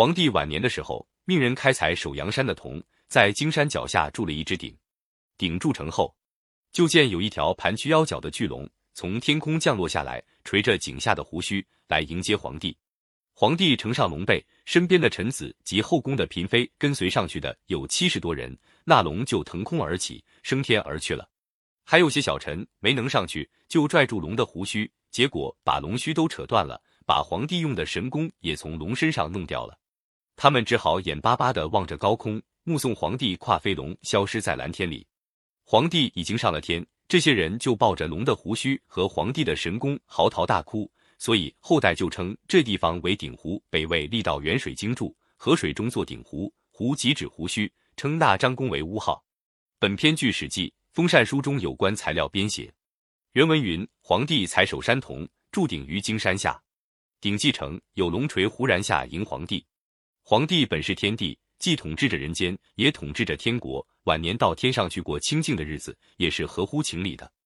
皇帝晚年的时候，命人开采首阳山的铜，在荆山脚下筑了一只鼎。鼎筑成后，就见有一条盘曲腰角的巨龙从天空降落下来，垂着井下的胡须来迎接皇帝。皇帝乘上龙背，身边的臣子及后宫的嫔妃跟随上去的有70多人，那龙就腾空而起，升天而去了。还有些小臣没能上去，就拽住龙的胡须，结果把龙须都扯断了，把皇帝用的神弓也从龙身上弄掉了。他们只好眼巴巴地望着高空，目送皇帝跨飞龙消失在蓝天里。皇帝已经上了天，这些人就抱着龙的胡须和皇帝的神弓嚎啕大哭，所以后代就称这地方为鼎湖。北魏郦道元水经注，河水中作鼎湖，湖即指胡须，称纳张公为屋号。本篇据《史记·封禅书》中有关材料编写。原文云：皇帝采首山铜，筑鼎于荆山下。鼎既成，有龙垂忽然下迎皇帝。皇帝本是天帝，既统治着人间，也统治着天国，晚年到天上去过清静的日子，也是合乎情理的。